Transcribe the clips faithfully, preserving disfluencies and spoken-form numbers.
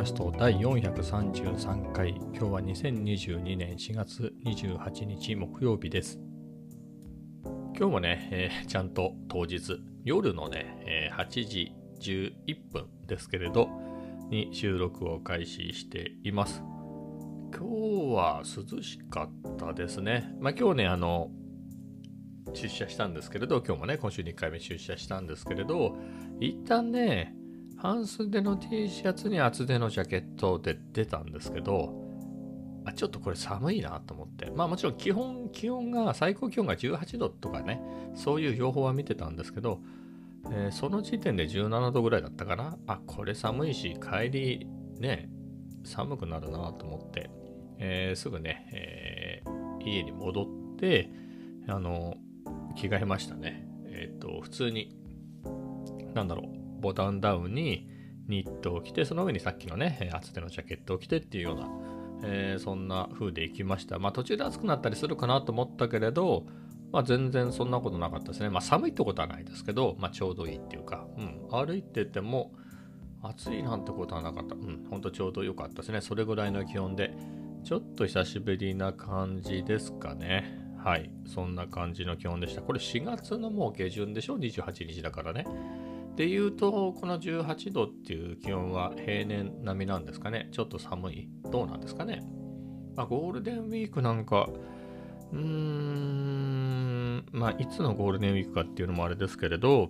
ストだいよんひゃくさんじゅうさんかい、今日はにせんにじゅうにねんしがつにじゅうはちにち木曜日です。今日もね、えー、ちゃんと当日夜のね、えー、はちじじゅういっぷんですけれどに収録を開始しています。今日は涼しかったですね。まあ今日ねあの出社したんですけれど、今日もね今週にかいめ出社したんですけれど、一旦ね半袖の T シャツに厚手のジャケットで出たんですけど、あちょっとこれ寒いなと思って、まあもちろん基本気温が最高気温がじゅうはちどとかね、そういう情報は見てたんですけど、えー、その時点でじゅうななどぐらいだったかな。あこれ寒いし帰りね寒くなるなと思って、えー、すぐね、えー、家に戻ってあの着替えましたね。えっと普通になんだろうボタンダウンにニットを着て、その上にさっきのね厚手のジャケットを着てっていうような、えー、そんな風で行きました。まあ途中で暑くなったりするかなと思ったけれど、まあ全然そんなことなかったですね。まあ寒いってことはないですけど、まあちょうどいいっていうか、うん、歩いてても暑いなんてことはなかった。うん、ほんとちょうど良かったですね。それぐらいの気温で、ちょっと久しぶりな感じですかね。はい、そんな感じの気温でした。これしがつのもう下旬でしょ、にじゅうはちにちだからね。でいうと、このじゅうはちどっていう気温は平年並みなんですかね。ちょっと寒い。どうなんですかね。まあ、ゴールデンウィークなんか、うーん、まあ、いつのゴールデンウィークかっていうのもあれですけれど、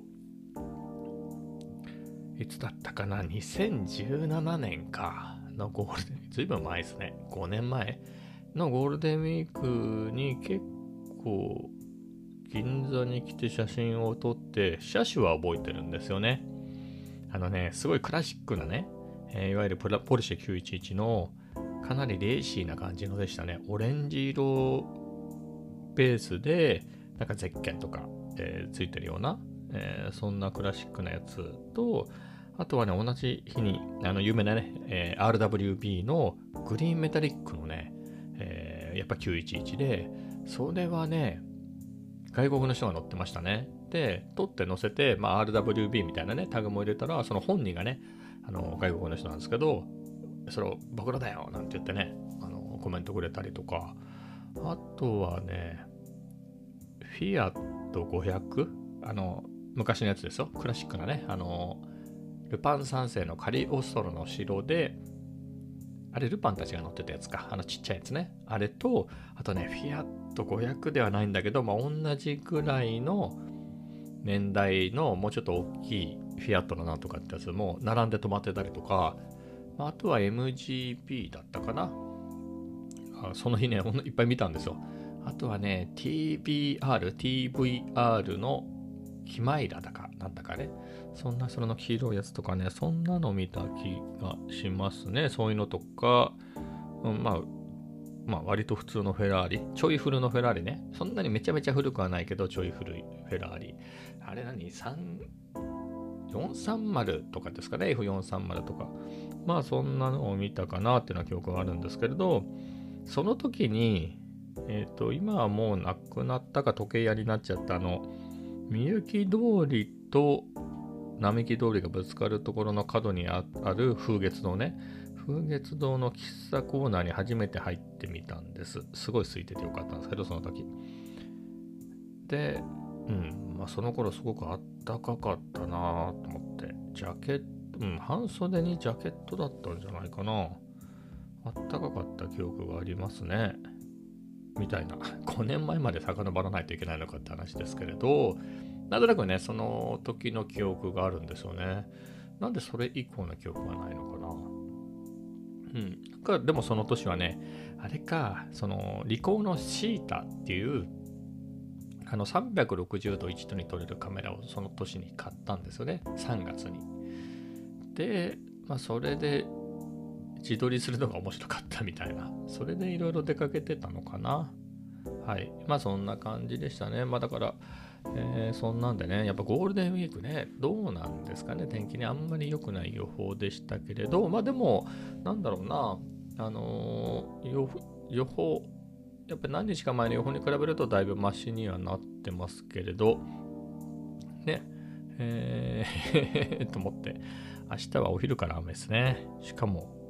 いつだったかな、にせんじゅうななねんかのゴールデン、ずいぶん前ですね。ごねんまえのゴールデンウィークに結構、銀座に来て写真を撮って車種は覚えてるんですよね。あのねすごいクラシックなね、えー、いわゆるポルシェきゅういちいちのかなりレーシーな感じのでしたね。オレンジ色ベースでなんかゼッケンとか、えー、ついてるような、えー、そんなクラシックなやつと、あとはね同じ日にあの有名なね、えー、アールダブリュービー のグリーンメタリックのね、えー、やっぱきゅういちいちで、それはね外国の人が乗ってましたね。で、取って載せて、まあ、アールダブリュービー みたいなね、タグも入れたら、その本人がね、あの外国の人なんですけど、それを僕らだよなんて言ってね、あのコメントくれたりとか、あとはね、フィアットごひゃく、あの、昔のやつですよ。クラシックなね、あの、ルパン三世のカリオストロの城で、あれルパンたちが乗ってたやつか、あのちっちゃいやつね。あれと、あとね、フィアットごひゃくではないんだけど、まあ、同じぐらいの年代のもうちょっと大きいフィアットのなんとかってやつも並んで止まってたりとか、あとは エムジーピー だったかな。あその日ね、いっぱい見たんですよ。あとはね、ティービーアール、ティーブイアール のキマイラだかなんだかね。そんなその黄色いやつとかね、そんなの見た気がしますね。そういうのとか、うん、まあ、まあ割と普通のフェラーリ、ちょい古のフェラーリね。そんなにめちゃめちゃ古くはないけど、ちょい古いフェラーリ。あれ何 ?よんさんまるとかですかね、エフよんさんまる とか。まあそんなのを見たかなっていうような記憶があるんですけれど、その時に、えっと、今はもうなくなったか時計屋になっちゃったあの、みゆき通りと並木通りがぶつかるところの角にある風月堂ね。風月堂の喫茶コーナーに初めて入ってみたんです。すごい空いててよかったんですけど、その時。で、うん、まあその頃すごくあったかかったなと思って、ジャケット、うん、半袖にジャケットだったんじゃないかな。あったかかった記憶がありますね。みたいな。ごねんまえまで遡らないといけないのかって話ですけれど、なんとなくね、その時の記憶があるんですよね。なんでそれ以降の記憶がないのかな。うん。なんかでもその年はね、あれか、そのリコーのシータっていう、あのさんびゃくろくじゅうど一度に撮れるカメラをその年に買ったんですよね。さんがつに。で、まあそれで自撮りするのが面白かったみたいな。それでいろいろ出かけてたのかな。はい。まあそんな感じでしたね。まあだから、えー、そんなんでね、やっぱゴールデンウィークね、どうなんですかね、天気にあんまり良くない予報でしたけれど、まあでも、なんだろうな、あのー、予, 予報、やっぱり何日か前の予報に比べるとだいぶマシにはなってますけれど、ね、えー、と思って、明日はお昼から雨ですね。しかも、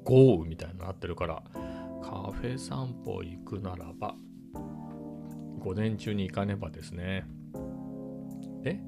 豪雨みたいになってるから、カフェ散歩行くならば午前中に行かねばですね。で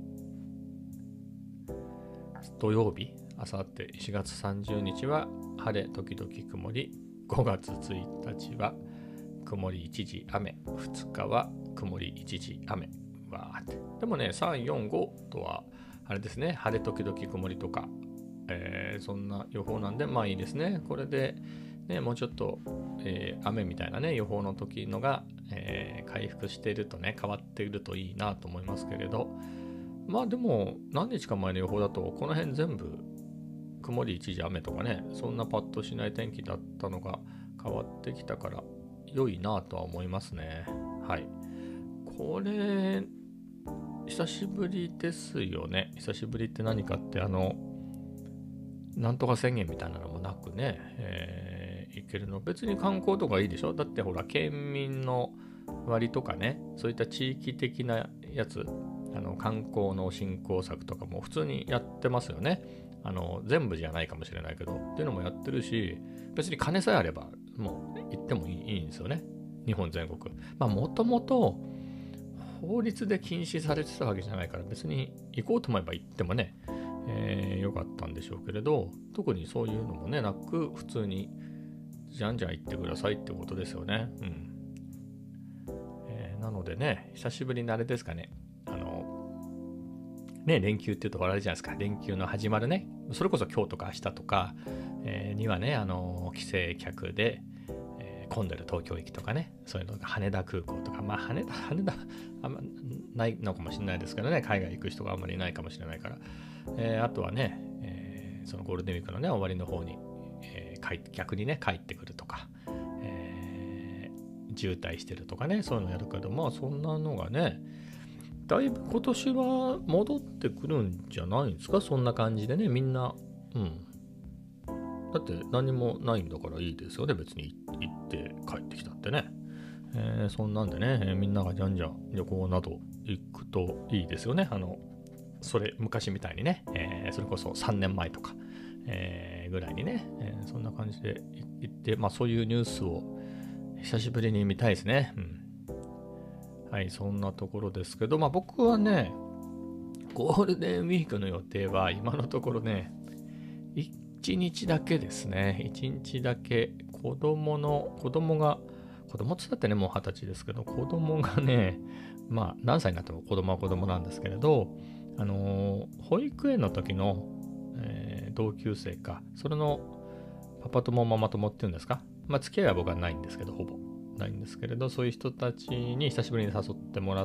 土曜日、あさってしがつさんじゅうにちは晴れ時々曇り、ごがつついたちは曇り一時雨、ふつかは曇り一時雨。わーって。でもね、さん、よん、ごとはあれですね、晴れ時々曇りとか、えー、そんな予報なんで、まあいいですね。これで、ね、もうちょっと、えー、雨みたいなね、予報の時のが、えー、回復しているとね、変わっているといいなと思いますけれど、まあでも、何日か前の予報だと、この辺全部、曇り一時雨とかね、そんなパッとしない天気だったのが変わってきたから、良いなとは思いますね。はい。これ、久しぶりですよね。久しぶりって何かって、あの、なんとか宣言みたいなのもなくね、えー、行けるの。別に観光とかいいでしょ。だってほら、県民の割とかね、そういった地域的なやつ、あの観光の振興策とかも普通にやってますよね。あの全部じゃないかもしれないけどっていうのもやってるし、別に金さえあればもう行ってもいい、いいんですよね。日本全国。まあもともと法律で禁止されてたわけじゃないから、別に行こうと思えば行ってもね、えー、よかったんでしょうけれど、特にそういうのもねなく、普通にじゃんじゃん行ってくださいってことですよね。うん。えー、なのでね、久しぶりにあれですかね。あのね、連休っていうとあれじゃないですか。連休の始まるね。それこそ今日とか明日とか、えー、にはね、あの帰省客で、えー、混んでる東京駅とかね、そういうのが羽田空港とか、まあ羽田、羽田、あんまないのかもしれないですけどね、海外行く人があんまりいないかもしれないから、えー、あとはね、えー、そのゴールデンウィークのね、終わりの方に、えー、逆にね、帰ってくるとか、えー、渋滞してるとかね、そういうのやるけど、まあそんなのがね、だいぶ今年は戻ってくるんじゃないんですか。そんな感じでね、みんな、うん。だって何もないんだからいいですよね。別に行って帰ってきたってね。えー、そんなんでね、えー、みんながじゃんじゃん旅行など行くといいですよね。あの、それ、昔みたいにね、えー、それこそさんねんまえとか、えー、ぐらいにね、えー、そんな感じで行って、まあそういうニュースを久しぶりに見たいですね。うん。はい、そんなところですけど、まあ僕はね、ゴールデンウィークの予定は今のところね、いちにちだけですね。いちにちだけ子供の、子供が、子供って言ったってね、もうはたちですけど、子供がね、まあ何歳になっても子供は子供なんですけれど、あのー、保育園の時の、えー、同級生か、それのパパ友ママ友っていうんですか、まあ付き合いは僕はないんですけど、ほぼ。ないんですけれど、そういう人たちに久しぶりに誘ってもらって、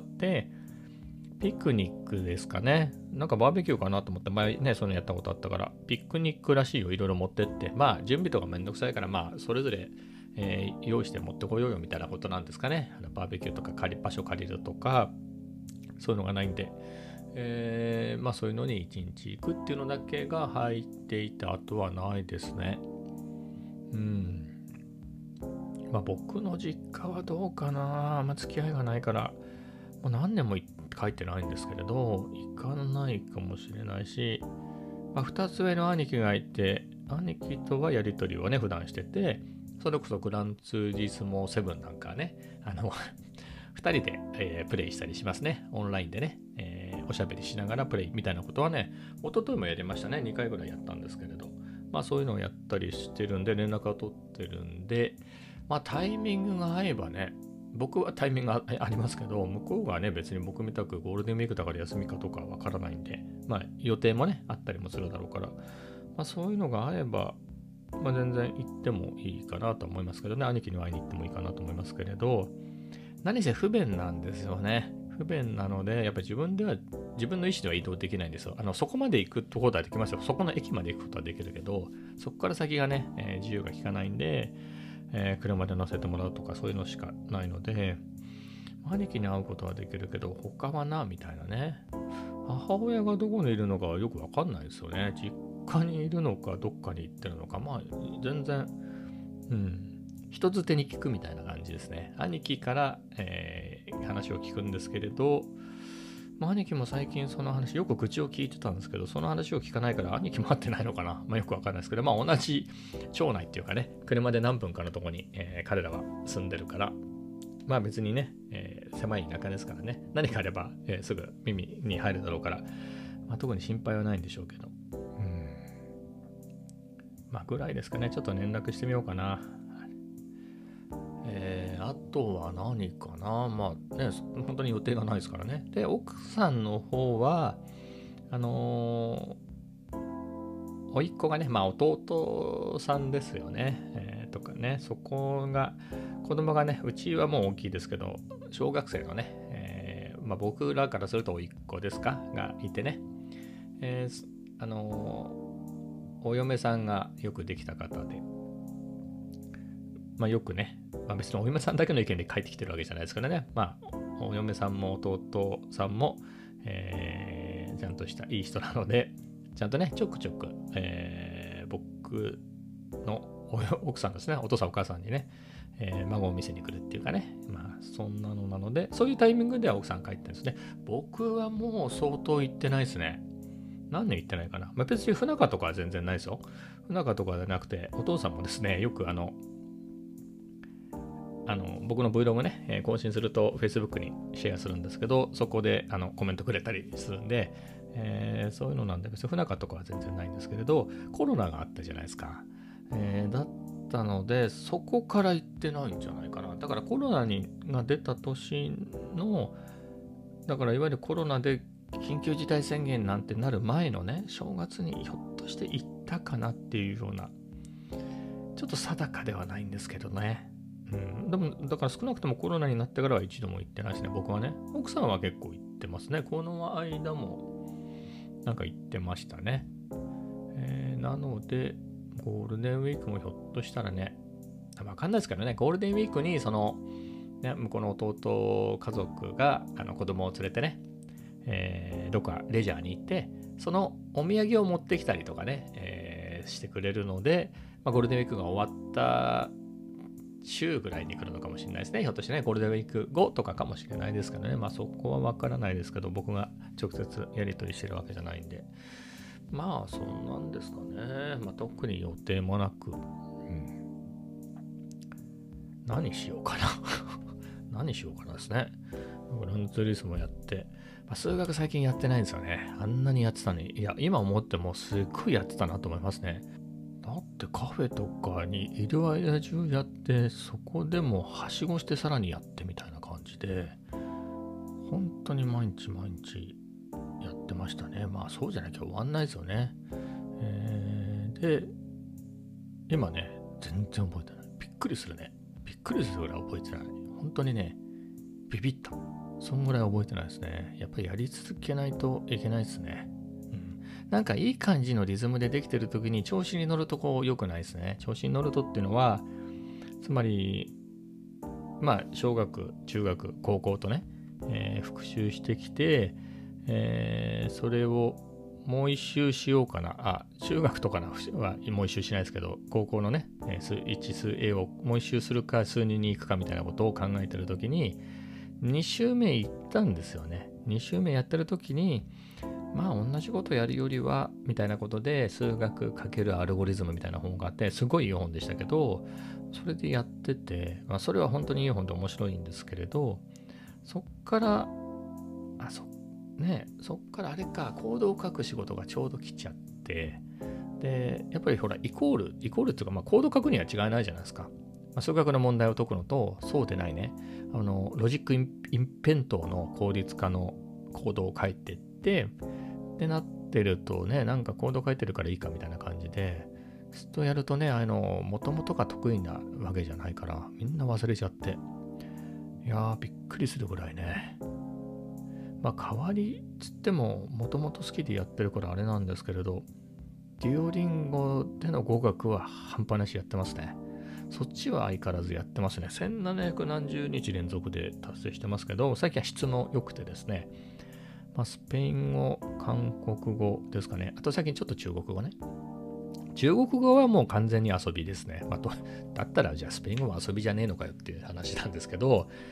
ピクニックですかね。なんかバーベキューかなと思って、前ね、そういうのやったことあったから、ピクニックらしいよ、いろいろ持ってって。まあ、準備とかめんどくさいから、まあ、それぞれ、えー、用意して持ってこようよみたいなことなんですかね。バーベキューとか借り、場所借りるとか、そういうのがないんで、えー、まあそういうのに一日行くっていうのだけが入っていて、あとはないですね。うん。まあ僕の実家はどうかな。あんま付き合いがないから、もう何年も書いてないんですけれど、行かないかもしれないし、まあ、ふたつ上の兄貴がいて、兄貴とはやりとりをね、普段してて、それこそグランツーリスモセブンなんかね、あの、ふたりで、えー、プレイしたりしますね。オンラインでね、えー、おしゃべりしながらプレイみたいなことはね、一昨日もやりましたね。にかいぐらいやったんですけれど、まあそういうのをやったりしてるんで、連絡は取ってるんで、まあタイミングが合えばね、僕はタイミングがありますけど、向こうがね、別に僕みたくゴールデンウィークだから休みかとかわからないんで、まあ予定もね、あったりもするだろうから、まあそういうのが合えば、まあ全然行ってもいいかなと思いますけどね、兄貴には会いに行ってもいいかなと思いますけれど、何せ不便なんですよね。不便なので、やっぱり自分では、自分の意思では移動できないんですよ。あの、そこまで行くところはできますよ。そこの駅まで行くことはできるけど、そこから先がね、えー、自由が利かないんで、えー、車で乗せてもらうとかそういうのしかないので、兄貴に会うことはできるけど、他はな、みたいなね。母親がどこにいるのかよくわかんないですよね。実家にいるのか、どっかに行ってるのか、まあ、全然、うん、人づてに聞くみたいな感じですね。兄貴から、えー、話を聞くんですけれど、 まあ、兄貴も最近その話、よく口を聞いてたんですけど、その話を聞かないから兄貴も会ってないのかな。まあよくわかんないですけど、まあ同じ町内っていうかね、車で何分かのとこに、えー彼らは住んでるから、まあ別にね、えー狭い田舎ですからね、何かあれば、えーすぐ耳に入るだろうから、まあ、特に心配はないんでしょうけど、うん。まあぐらいですかね、ちょっと連絡してみようかな。えーあとは何かな、まあね、本当に予定がないですからね。で、奥さんの方は、あのー甥っ子がね、まあ弟さんですよね、えーとかね、そこが、子供がね、うちはもう大きいですけど、小学生のね、えーまあ、僕らからすると甥っ子ですかがいてね、えーあのーお嫁さんがよくできた方で、まあよくね、まあ、別にお嫁さんだけの意見で帰ってきてるわけじゃないですからね、まあお嫁さんも弟さんも、えーちゃんとしたいい人なので、ちゃんとね、ちょくちょく、えー僕の奥さんですね、お父さんお母さんにね、えー孫を見せに来るっていうかね、まあそんなのなので、そういうタイミングでは奥さん帰ってるんですね。僕はもう相当行ってないですね。何年行ってないかな。まあ、別に不仲とかは全然ないですよ。不仲とかじゃなくて、お父さんもですね、よくあの、あの僕の Vlog ね、えー更新すると Facebook にシェアするんですけど、そこであのコメントくれたりするんで、えーそういうのなんで、別に不仲とかは全然ないんですけれど、コロナがあったじゃないですか。えーだったので、そこから行ってないんじゃないかな。だからコロナにが出た年の、だからいわゆるコロナで緊急事態宣言なんてなる前のね、正月にひょっとして行ったかなっていうような、ちょっと定かではないんですけどね。うん、でも、だから少なくともコロナになってからは一度も行ってないですね、僕はね。奥さんは結構行ってますね。この間も、なんか行ってましたね。えーなので、ゴールデンウィークもひょっとしたらね、わかんないですけどね、ゴールデンウィークに、その、ね、向こうの弟家族があの子供を連れてね、えーどっかレジャーに行って、そのお土産を持ってきたりとかね、えーしてくれるので、まあ、ゴールデンウィークが終わった週ぐらいに来るのかもしれないですね。ひょっとしてね、ゴールデンウィーク後とかかもしれないですけどね。まあそこはわからないですけど、僕が直接やり取りしてるわけじゃないんで。まあそんなんですかね。まあ特に予定もなく、うん、何しようかな。何しようかなですね。グランツーリスモやって、まあ、数学最近やってないんですよね。あんなにやってたのに。いや、今思ってもすっごいやってたなと思いますね。だってカフェとかにいる間中やって、そこでもはしごしてさらにやってみたいな感じで、本当に毎日毎日やってましたね。まあそうじゃなきゃ終わんないですよね。えー、で、今ね、全然覚えてない。びっくりするね。びっくりするぐらい覚えてない。本当にね、ビビった。そんぐらい覚えてないですね。やっぱりやり続けないといけないですね。うん。なんかいい感じのリズムでできてる時に調子に乗るとこう良くないですね。調子に乗るとっていうのは、つまり、まあ、小学、中学、高校とね、えー復習してきて、えーそれをもう一周しようかな。あ、中学とかのはもう一周しないですけど、高校のね、えー数いち、数 A をもう一周するか、数にに行くかみたいなことを考えてるときに、に周目行ったんですよね。に周目やってるときに、まあ同じことやるよりは、みたいなことで、数学×アルゴリズムみたいな本があって、すごいいい本でしたけど、それでやってて、まあ、それは本当にいい本で面白いんですけれど、そっから、あ、そ、ね、そっからあれか、コードを書く仕事がちょうど来ちゃって、で、やっぱりほら、イコール、イコールっていうか、まあ、コード書くには違いないじゃないですか。まあ、数学の問題を解くのと、そうでないね、あの、ロジックインインペントの効率化のコードを書いてって、ってなってるとね、なんかコード書いてるからいいかみたいな感じで、ずっとやるとね、あの、もともとが得意なわけじゃないから、みんな忘れちゃって。いやー、びっくりするぐらいね。まあ、代わりつっても、もともと好きでやってるからあれなんですけれど、デュオリンゴでの語学は半端なしやってますね。そっちは相変わらずやってますね。せんななひゃくなんじゅうにち連続で達成してますけど、最近は質も良くてですね、まあ、スペイン語、韓国語ですかね。あと最近ちょっと中国語ね。中国語はもう完全に遊びですね。まあ、とだったらじゃあスペイン語は遊びじゃねえのかよっていう話なんですけど、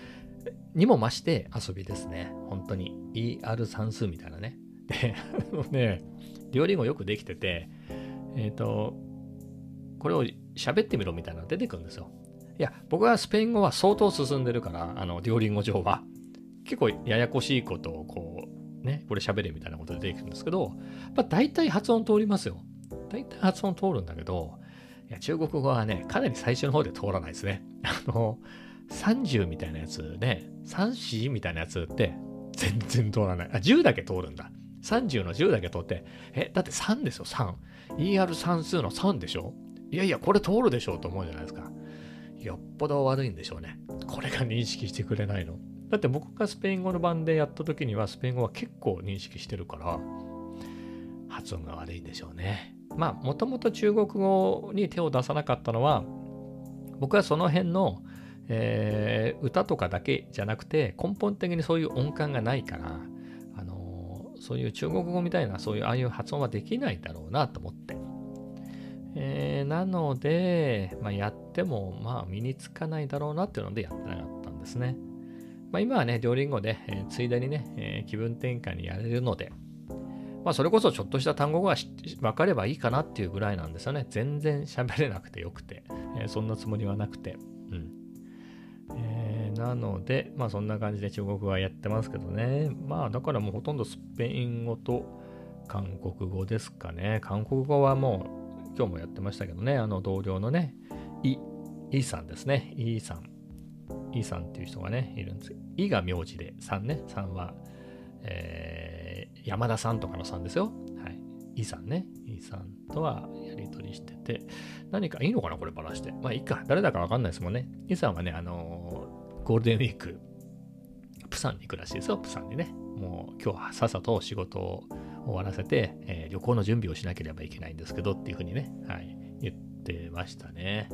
にも増して遊びですね。本当に。イーアール 算数みたいなね。で、あのね、デュオリンゴよくできてて、えっと、これを喋ってみろみたいなの出てくるんですよ。いや、僕はスペイン語は相当進んでるから、あの、デュオリンゴ上は。結構ややこしいことをこう、ね、これ喋れみたいなことで出てくるんですけど、まあ大体発音通りますよ。大体発音通るんだけど、いや、中国語はね、かなり最初の方で通らないですね。あの、さんじゅうみたいなやつね、さん、よんみたいなやつって全然通らない。あ、じゅうだけ通るんだ。さんじゅうのじゅうだけ通って、え、だってさんですよ、さん。イーアール 算数のさんでしょ？いやいや、これ通るでしょうと思うじゃないですか。よっぽど悪いんでしょうね。これが認識してくれないの。だって僕がスペイン語の版でやった時にはスペイン語は結構認識してるから発音が悪いんでしょうね。まあもともと中国語に手を出さなかったのは僕はその辺の、えー、歌とかだけじゃなくて根本的にそういう音感がないから、あのー、そういう中国語みたいなそういうああいう発音はできないだろうなと思って。えー、なので、まあ、やってもまあ身につかないだろうなっていうのでやってなかったんですね。まあ、今はね、デュオリンゴで、えー、ついでにね、えー、気分転換にやれるので、まあ、それこそちょっとした単語が分かればいいかなっていうぐらいなんですよね。全然喋れなくてよくて、えー、そんなつもりはなくて。うん。えー、なので、まあそんな感じで中国語はやってますけどね。まあだからもうほとんどスペイン語と韓国語ですかね。韓国語はもう今日もやってましたけどね、あの同僚のね、イ、イさんですね。イさん。イさんっていう人がね、いるんです。イが名字で、さんね。さんは、えー、山田さんとかのさんですよ。はい。イさんね。イさんとはやりとりしてて、何かいいのかなこればらして。まあいいか。誰だかわかんないですもんね。イさんはね、あのー、ゴールデンウィーク、プサンに行くらしいですよ。プサンにね。もう今日はさっさと仕事を終わらせて、えー、旅行の準備をしなければいけないんですけどっていうふうにね、はい、言ってましたね。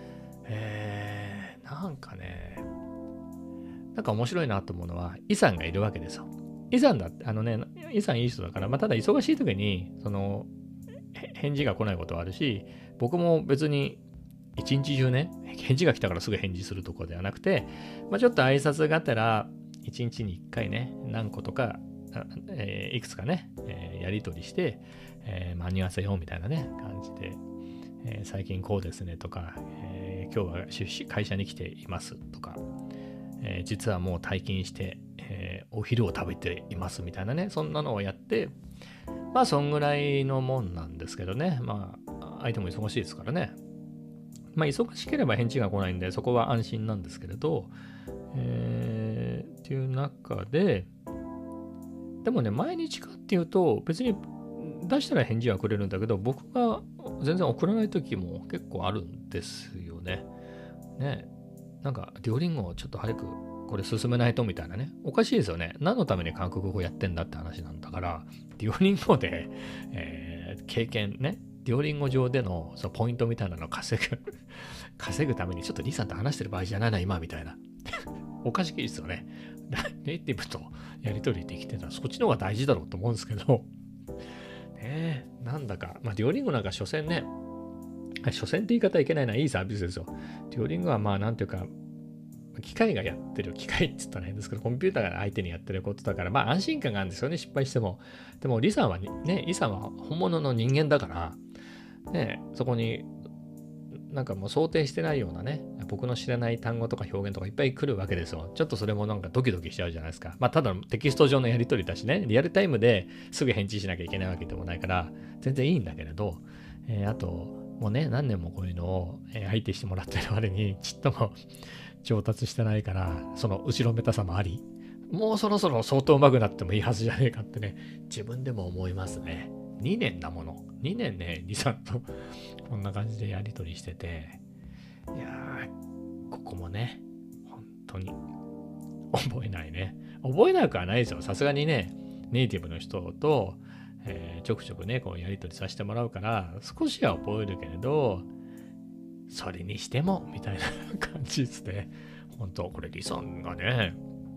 えー、なんかね、なんか面白いなと思うのは、イさんがいるわけですよ。イさんだって、あのね、イさんいい人だから、まあ、ただ忙しい時に、その、返事が来ないことはあるし、僕も別に一日中ね、返事が来たからすぐ返事するとこではなくて、まあ、ちょっと挨拶がてら、一日に一回ね、何個とか、えー、いくつかね、えー、やり取りして、えー、間に合わせようみたいなね、感じで、えー、最近こうですねとか、えー、今日は出資会社に来ていますとか、えー、実はもう退勤して、えー、お昼を食べていますみたいなね、そんなのをやって、まあそんぐらいのもんなんですけどね、まあ相手も忙しいですからね。まあ忙しければ返事が来ないんで、そこは安心なんですけれど、えー、っていう中で、でもね、毎日かっていうと、別に出したら返事はくれるんだけど、僕が全然送らない時も結構あるんですよね。ね。なんか、デュオリンゴをちょっと早くこれ進めないとみたいなね。おかしいですよね。何のために韓国語やってんだって話なんだから、デュオリンゴで、えー、経験ね、デュオリンゴ上でのそのポイントみたいなのを稼ぐ、稼ぐためにちょっとリさんと話してる場合じゃないな、今みたいな。おかしいですよね。ネイティブとやり取りできてたらそっちの方が大事だろうと思うんですけど、ねえ、なんだか、まあ、デュオリンゴなんか所詮ね、所詮って言い方はいけないのはいいサービスですよ。デュオリンゴはまあなんていうか、機械がやってる、機械って言ったら変ですけど、コンピューターが相手にやってることだから、まあ安心感があるんですよね、失敗しても。でも、リさんはね、リさんは本物の人間だから、ね、そこになんかもう想定してないようなね、僕の知らない単語とか表現とかいっぱい来るわけですよ。ちょっとそれもなんかドキドキしちゃうじゃないですか。まあただのテキスト上のやり取りだしね、リアルタイムですぐ返事しなきゃいけないわけでもないから、全然いいんだけれど、えー、あと、もうね、何年もこういうのを相手してもらってる割にちっとも上達してないから、その後ろめたさもあり、もうそろそろ相当上手くなってもいいはずじゃねえかってね、自分でも思いますね。にねんだもの。にねんね、リさんとこんな感じでやり取りしてて、いやー、ここもね、本当に覚えないね。覚えなくはないですよ。さすがにね、ネイティブの人と、えー、ちょくちょくね、こうやり取りさせてもらうから、少しは覚えるけれど、それにしても、みたいな感じですね。本当これ、リさんがね、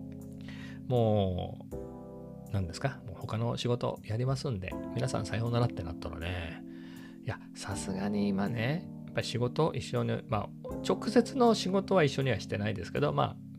もう、何ですか、もう他の仕事やりますんで、皆さんさようならってなったらね、いや、さすがに今ね、やっぱり仕事一緒に、まあ、直接の仕事は一緒にはしてないですけど、まあ、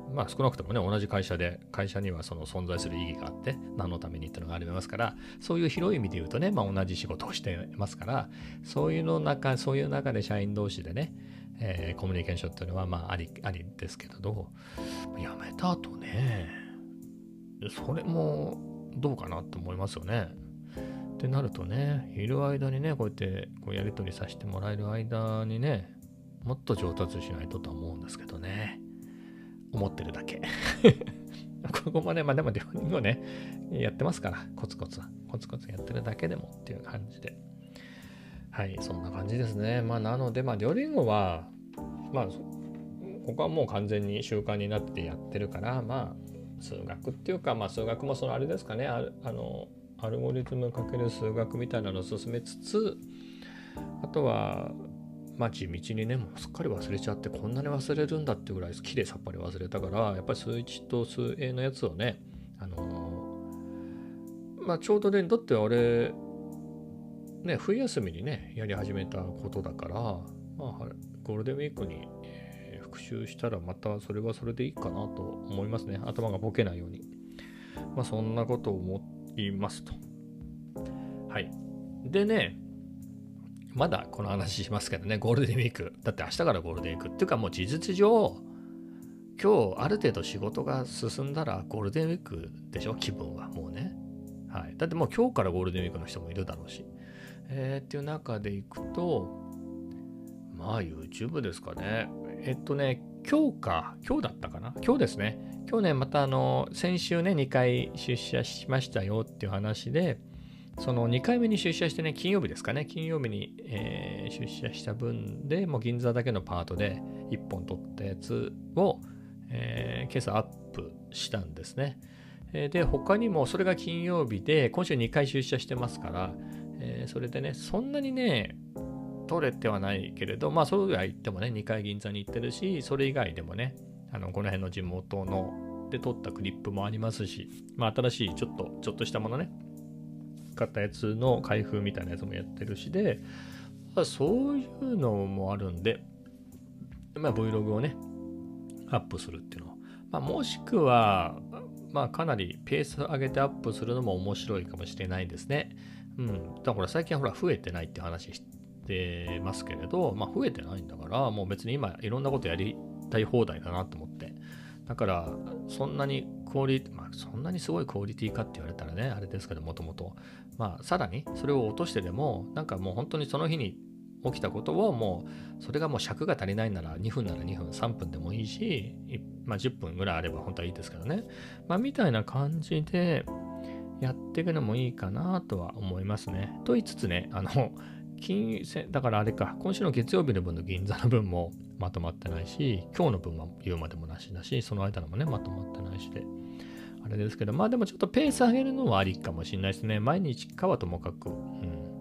まあ少なくともね、同じ会社で、会社にはその存在する意義があって、何のためにっていうのがありますから、そういう広い意味で言うとね、まあ同じ仕事をしてますから、そういうの中、そういう中で社員同士でね、えー、コミュニケーションっていうのはまああり、ありですけれど、辞めた後ね、それもどうかなと思いますよね。ってなるとね、いる間にね、こうやってこうやり取りさせてもらえる間にね、もっと上達しないとと思うんですけどね。思ってるだけ。ここもね、まあでもデュオリンゴね、やってますから、コツコツ、コツコツやってるだけでもっていう感じで。はい、そんな感じですね。まあなので、まあデュオリンゴは、まあ、ここはもう完全に習慣になってやってるから、まあ、数学っていうか、まあ数学もそのあれですかね、ああの、アルゴリズムかける数学みたいなのを進めつつ、あとは、まあ地道にね、もうすっかり忘れちゃって、こんなに忘れるんだってぐらいきれいさっぱり忘れたから、やっぱり数いちと数 A のやつをね、あのー、まあちょうどね、だってあれ、ね、冬休みにね、やり始めたことだから、まあゴールデンウィークに、えー、復習したらまたそれはそれでいいかなと思いますね。頭がボケないように。まあそんなことを思いますと。はい。でね、まだこの話しますけどね、ゴールデンウィーク。だって明日からゴールデンウィーク。っていうかもう事実上、今日ある程度仕事が進んだらゴールデンウィークでしょ、気分はもうね。はい。だってもう今日からゴールデンウィークの人もいるだろうし。えー、っていう中でいくと、まあ YouTube ですかね。えっとね、今日か、今日だったかな今日ですね。今日ね、またあの、先週ね、にかい出社しましたよっていう話で、そのにかいめに出社してね、金曜日ですかね、金曜日に、えー、出社した分でもう銀座だけのパートでいっぽん取ったやつを、えー、今朝アップしたんですね。で、他にもそれが金曜日で、今週にかい出社してますから、えー、それでね、そんなにね、取れてはないけれど、まあ、そうは言ってもね、にかい銀座に行ってるし、それ以外でもね、あのこの辺の地元ので撮ったクリップもありますし、まあ、新しいちょっと、ちょっとしたものね、買ったやつの開封みたいなやつもやってるしで、まあ、そういうのもあるんで、まあ、Vlog をね、アップするっていうのを、まあ、もしくは、まあ、かなりペース上げてアップするのも面白いかもしれないですね。うん。だから最近はほら増えてないって話してますけれど、まあ増えてないんだから、もう別に今いろんなことやりたい放題だなと思って。だから、そんなにクオリティ、まあそんなにすごいクオリティかって言われたらね、あれですけど、もともと。まあさらにそれを落としてでも、なんかもう本当にその日に起きたことをもう、それがもう尺が足りないならにふんならにふん、さんぷんでもいいし、まあじゅっぷんぐらいあれば本当はいいですけどね。まあみたいな感じでやっていくのもいいかなとは思いますね。と言いつつね、あの、金だからあれか、今週の月曜日の分の銀座の分もまとまってないし、今日の分は言うまでもなしだし、その間のもね、まとまってないしで、あれですけど、まあでもちょっとペース上げるのはありかもしれないですね。毎日かはともかく。うん。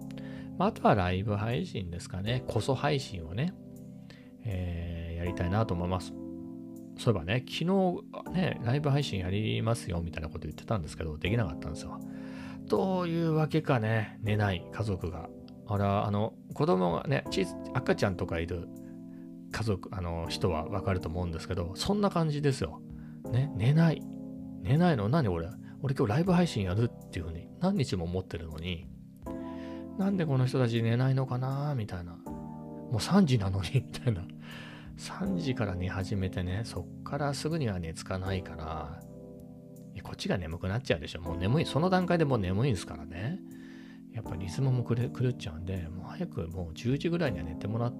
まあ、あとはライブ配信ですかね。こそ配信をね、えー、やりたいなと思います。そういえばね、昨日ね、ライブ配信やりますよみたいなこと言ってたんですけど、できなかったんですよ。どういうわけかね、寝ない家族が。あら、あの、子供がね、赤ちゃんとかいる家族、あの、人はわかると思うんですけど、そんな感じですよ。ね、寝ない。寝ないの何俺俺今日ライブ配信やるっていうふうに何日も思ってるのに、なんでこの人たち寝ないのかなみたいな。もうさんじなのにみたいな。さんじから寝始めてね、そっからすぐには寝つかないから、こっちが眠くなっちゃうでしょ。もう眠い。その段階でもう眠いんですからね。やっぱリズムも狂っちゃうんで、もう早くもうじゅうじぐらいには寝てもらって、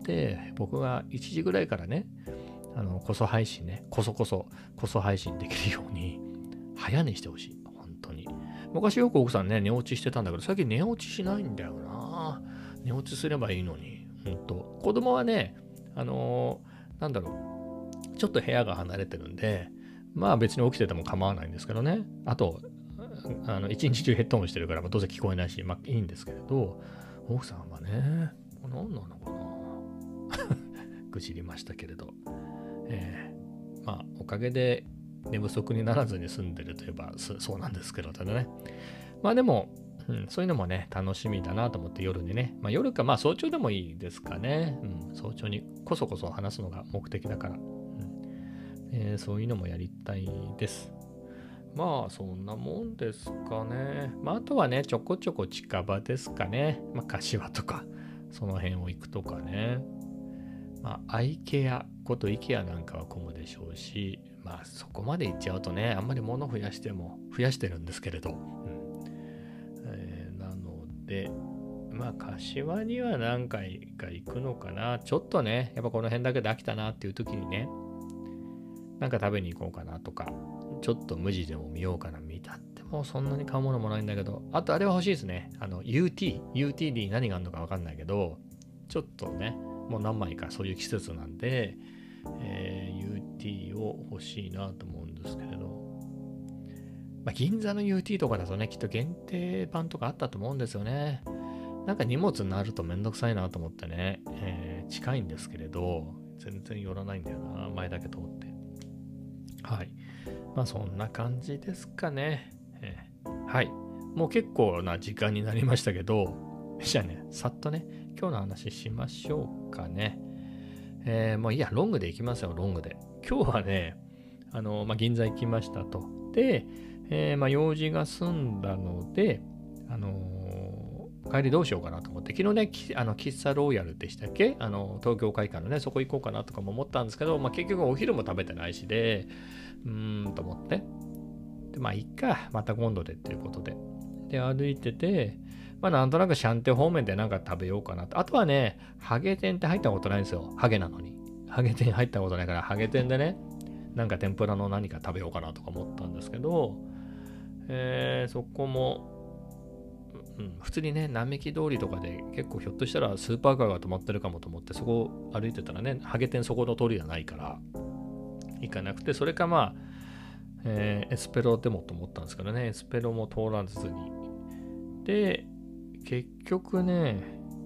僕がいちじぐらいからね、あの、こそ配信ね、こそこそ、こそ配信できるように、早寝してほしい。本当に。昔よく奥さんね、寝落ちしてたんだけど、最近寝落ちしないんだよな。寝落ちすればいいのに。本当。子供はね、あのー、なんだろう、ちょっと部屋が離れてるんで、まあ別に起きてても構わないんですけどね。あと、あの一日中ヘッドホンしてるから、まあ、どうせ聞こえないし、まあいいんですけれど、奥さんはね、何なのかな愚痴りましたけれど、えー、まあおかげで寝不足にならずに済んでるといえばそうなんですけどね。まあでも、うん、そういうのもね、楽しみだなと思って夜にね、まあ夜か、まあ早朝でもいいですかね。うん、早朝にこそこそ話すのが目的だから。うん、 えーそういうのもやりたいです。まあそんなもんですかね。まああとはね、ちょこちょこ近場ですかね。まあ柏とか、その辺を行くとかね。まあアイケア、こと IKEA なんかは混むでしょうし、まあそこまで行っちゃうとね、あんまり物増やしても、増やしてるんですけれど。うんえーなので、まあ柏には何回か行くのかな。ちょっとね、やっぱこの辺だけで飽きたなっていう時にね、なんか食べに行こうかなとか、ちょっと無地でも見ようかな。見たってもうそんなに買うものもないんだけど、あとあれは欲しいですね。あの ユーティー、ユーティー に何があるのかわかんないけど、ちょっとね、もう何枚かそういう季節なんで、えー ユーティー を欲しいなと思うんですけれど、まあ、銀座の ユーティー とかだとね、きっと限定版とかあったと思うんですよね。なんか荷物になるとめんどくさいなと思ってね、えー近いんですけれど、全然寄らないんだよな、前だけ通って。はい。まあそんな感じですかね。えーはい。もう結構な時間になりましたけど、じゃあね、さっとね、今日の話しましょうかね。えー、もういいや、ロングで行きますよ、ロングで。今日はね、あの、まあ、銀座行きましたと。で、えーまあ、用事が済んだので、あのー帰りどうしようかなと思って、昨日ね、あの喫茶ローヤルでしたっけあの、東京会館のね、そこ行こうかなとかも思ったんですけど、まあ、結局お昼も食べてないしで、うーんと思って。で、まあ、いっか、また今度でっていうことで。で、歩いてて、まあ、なんとなくシャンテ方面でなんか食べようかなと。あとはね、ハゲ店って入ったことないんですよ。ハゲなのに。ハゲ店入ったことないから、ハゲ店でね、なんか天ぷらの何か食べようかなとか思ったんですけど、えーそこも、うん、普通にね、並木通りとかで結構ひょっとしたらスーパーカーが止まってるかもと思って、そこ歩いてたらね、ハゲ店そこの通りじゃないから、行かなくて、それかまあ、えーエスペロでもと思ったんですけどね、エスペロも通らずに。で、結局ね、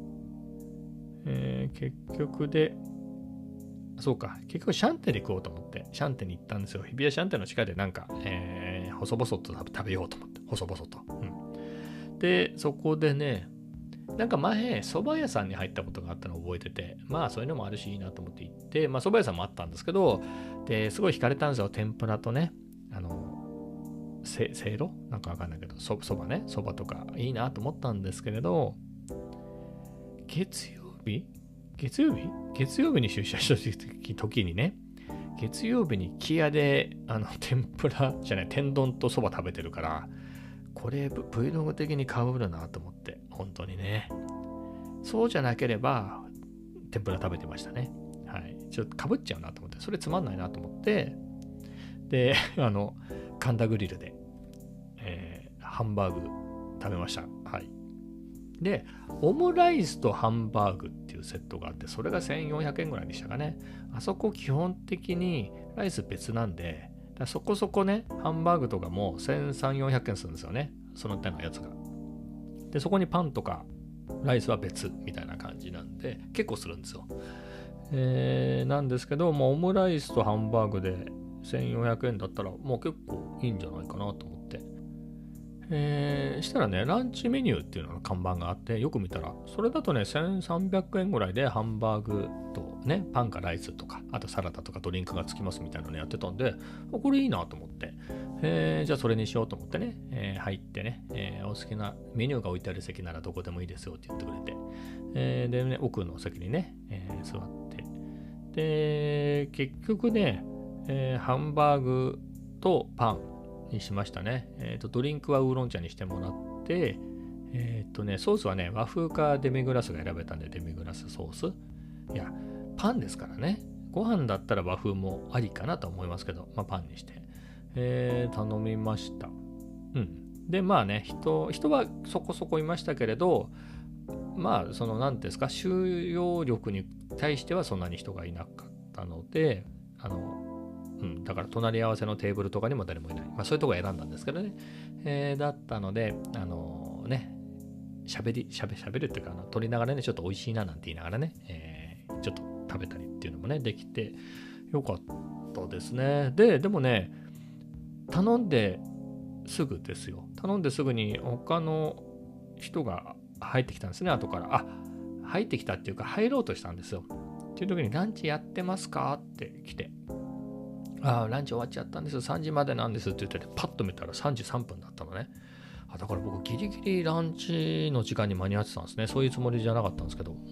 えー結局で、そうか、結局シャンテで行こうと思って、シャンテに行ったんですよ。日比谷シャンテの地下でなんか、えー細々と食べようと思って、細々と。うん、で、そこでね、なんか前、蕎麦屋さんに入ったことがあったのを覚えてて、まあそういうのもあるしいいなと思って行って、まあ蕎麦屋さんもあったんですけど、で、すごい惹かれたんですよ。天ぷらとね、あの、せ、せいろなんかわかんないけど、そばね、そばとかいいなと思ったんですけれど、月曜日月曜日月曜日に出社した時にね、月曜日に木屋で、あの、天ぷらじゃない、天丼とそば食べてるから、これ Vlog 的に被るなと思って、本当にね。そうじゃなければ、天ぷら食べてましたね。はい。ちょっと被っちゃうなと思って、それつまんないなと思って、で、あの、神田グリルで、えーハンバーグ食べました。はい。で、オムライスとハンバーグっていうセットがあって、それがせんよんひゃくえんぐらいでしたかね。あそこ基本的にライス別なんで、だそこそこね、ハンバーグとかもせんさんびゃく、よんひゃくえんするんですよね。その手のやつが。で、そこにパンとかライスは別みたいな感じなんで、結構するんですよ。えー、なんですけど、もうオムライスとハンバーグでせんよんひゃくえんだったら、もう結構いいんじゃないかなと思って。えー、したらね、ランチメニューっていうのの看板があって、よく見たら、それだとね、せんさんびゃくえんぐらいでハンバーグとね、パンかライスとか、あとサラダとかドリンクがつきますみたいなのやってたんで、これいいなと思って、えー、じゃあそれにしようと思ってね、えー入ってね、えーお好きなメニューが置いてある席ならどこでもいいですよって言ってくれて、えーでね、奥の席にね、えー座って、で、結局ね、えーハンバーグとパンにしましたね。えっ、と、ドリンクはウーロン茶にしてもらって、えっ、とね、ソースはね、和風かデミグラスが選べたんで、デミグラスソース。いや、パンですからね。ご飯だったら和風もありかなと思いますけど、まあパンにして、えー頼みました。うん。で、まあね、人、人はそこそこいましたけれど、まあ、その、なんですか、収容力に対してはそんなに人がいなかったので、あの、うん、だから隣り合わせのテーブルとかにも誰もいない。まあそういうとこ選んだんですけどね。えーだったので、あのーね、喋り、喋、喋るっていうか、あの撮りながらね、ちょっと美味しいななんて言いながらね、えーちょっと食べたりっていうのもね、できてよかったですね。で、でもね、頼んですぐですよ。頼んですぐに他の人が入ってきたんですね、後から。あ、入ってきたっていうか、入ろうとしたんですよ。っていう時に、ランチやってますかって来て。 ああ、ランチ終わっちゃったんです、さんじまでなんですって言ってて、パッと見たらさんじさんぷんだったのね。あ、だから僕ギリギリランチの時間に間に合ってたんですね。そういうつもりじゃなかったんですけど、うん、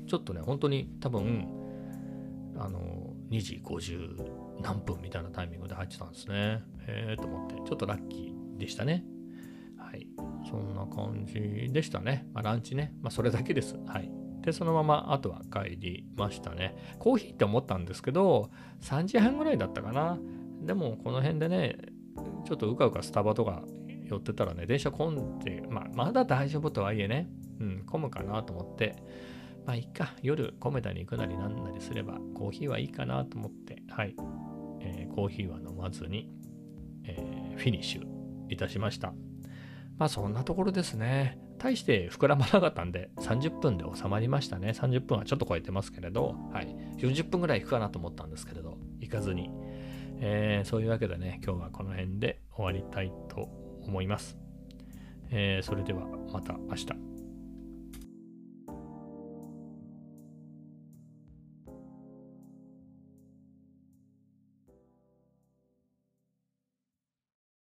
ちょっとね、本当に多分、あの、にじごじゅう何分みたいなタイミングで入ってたんですね。へえと思って、ちょっとラッキーでしたね。はい。そんな感じでしたね。まあ、ランチね。まあ、それだけです。はい。で、そのまま、あとは帰りましたね。コーヒーって思ったんですけど、さんじはんぐらいだったかな。でも、この辺でね、ちょっとうかうかスタバとか寄ってたらね、電車混んで、まあ、まだ大丈夫とはいえね、うん、混むかなと思って、まあ、いっか、夜、コメダに行くなりなんなりすれば、コーヒーはいいかなと思って、はい、えーコーヒーは飲まずに、えーフィニッシュいたしました。まあ、そんなところですね。大して膨らまなかったんで、さんじゅっぷんで収まりましたね。さんじゅっぷんはちょっと超えてますけれど、はい、よんじゅっぷんぐらい行くかなと思ったんですけれど、行かずに。えーそういうわけでね、今日はこの辺で終わりたいと思います。えーそれではまた明日。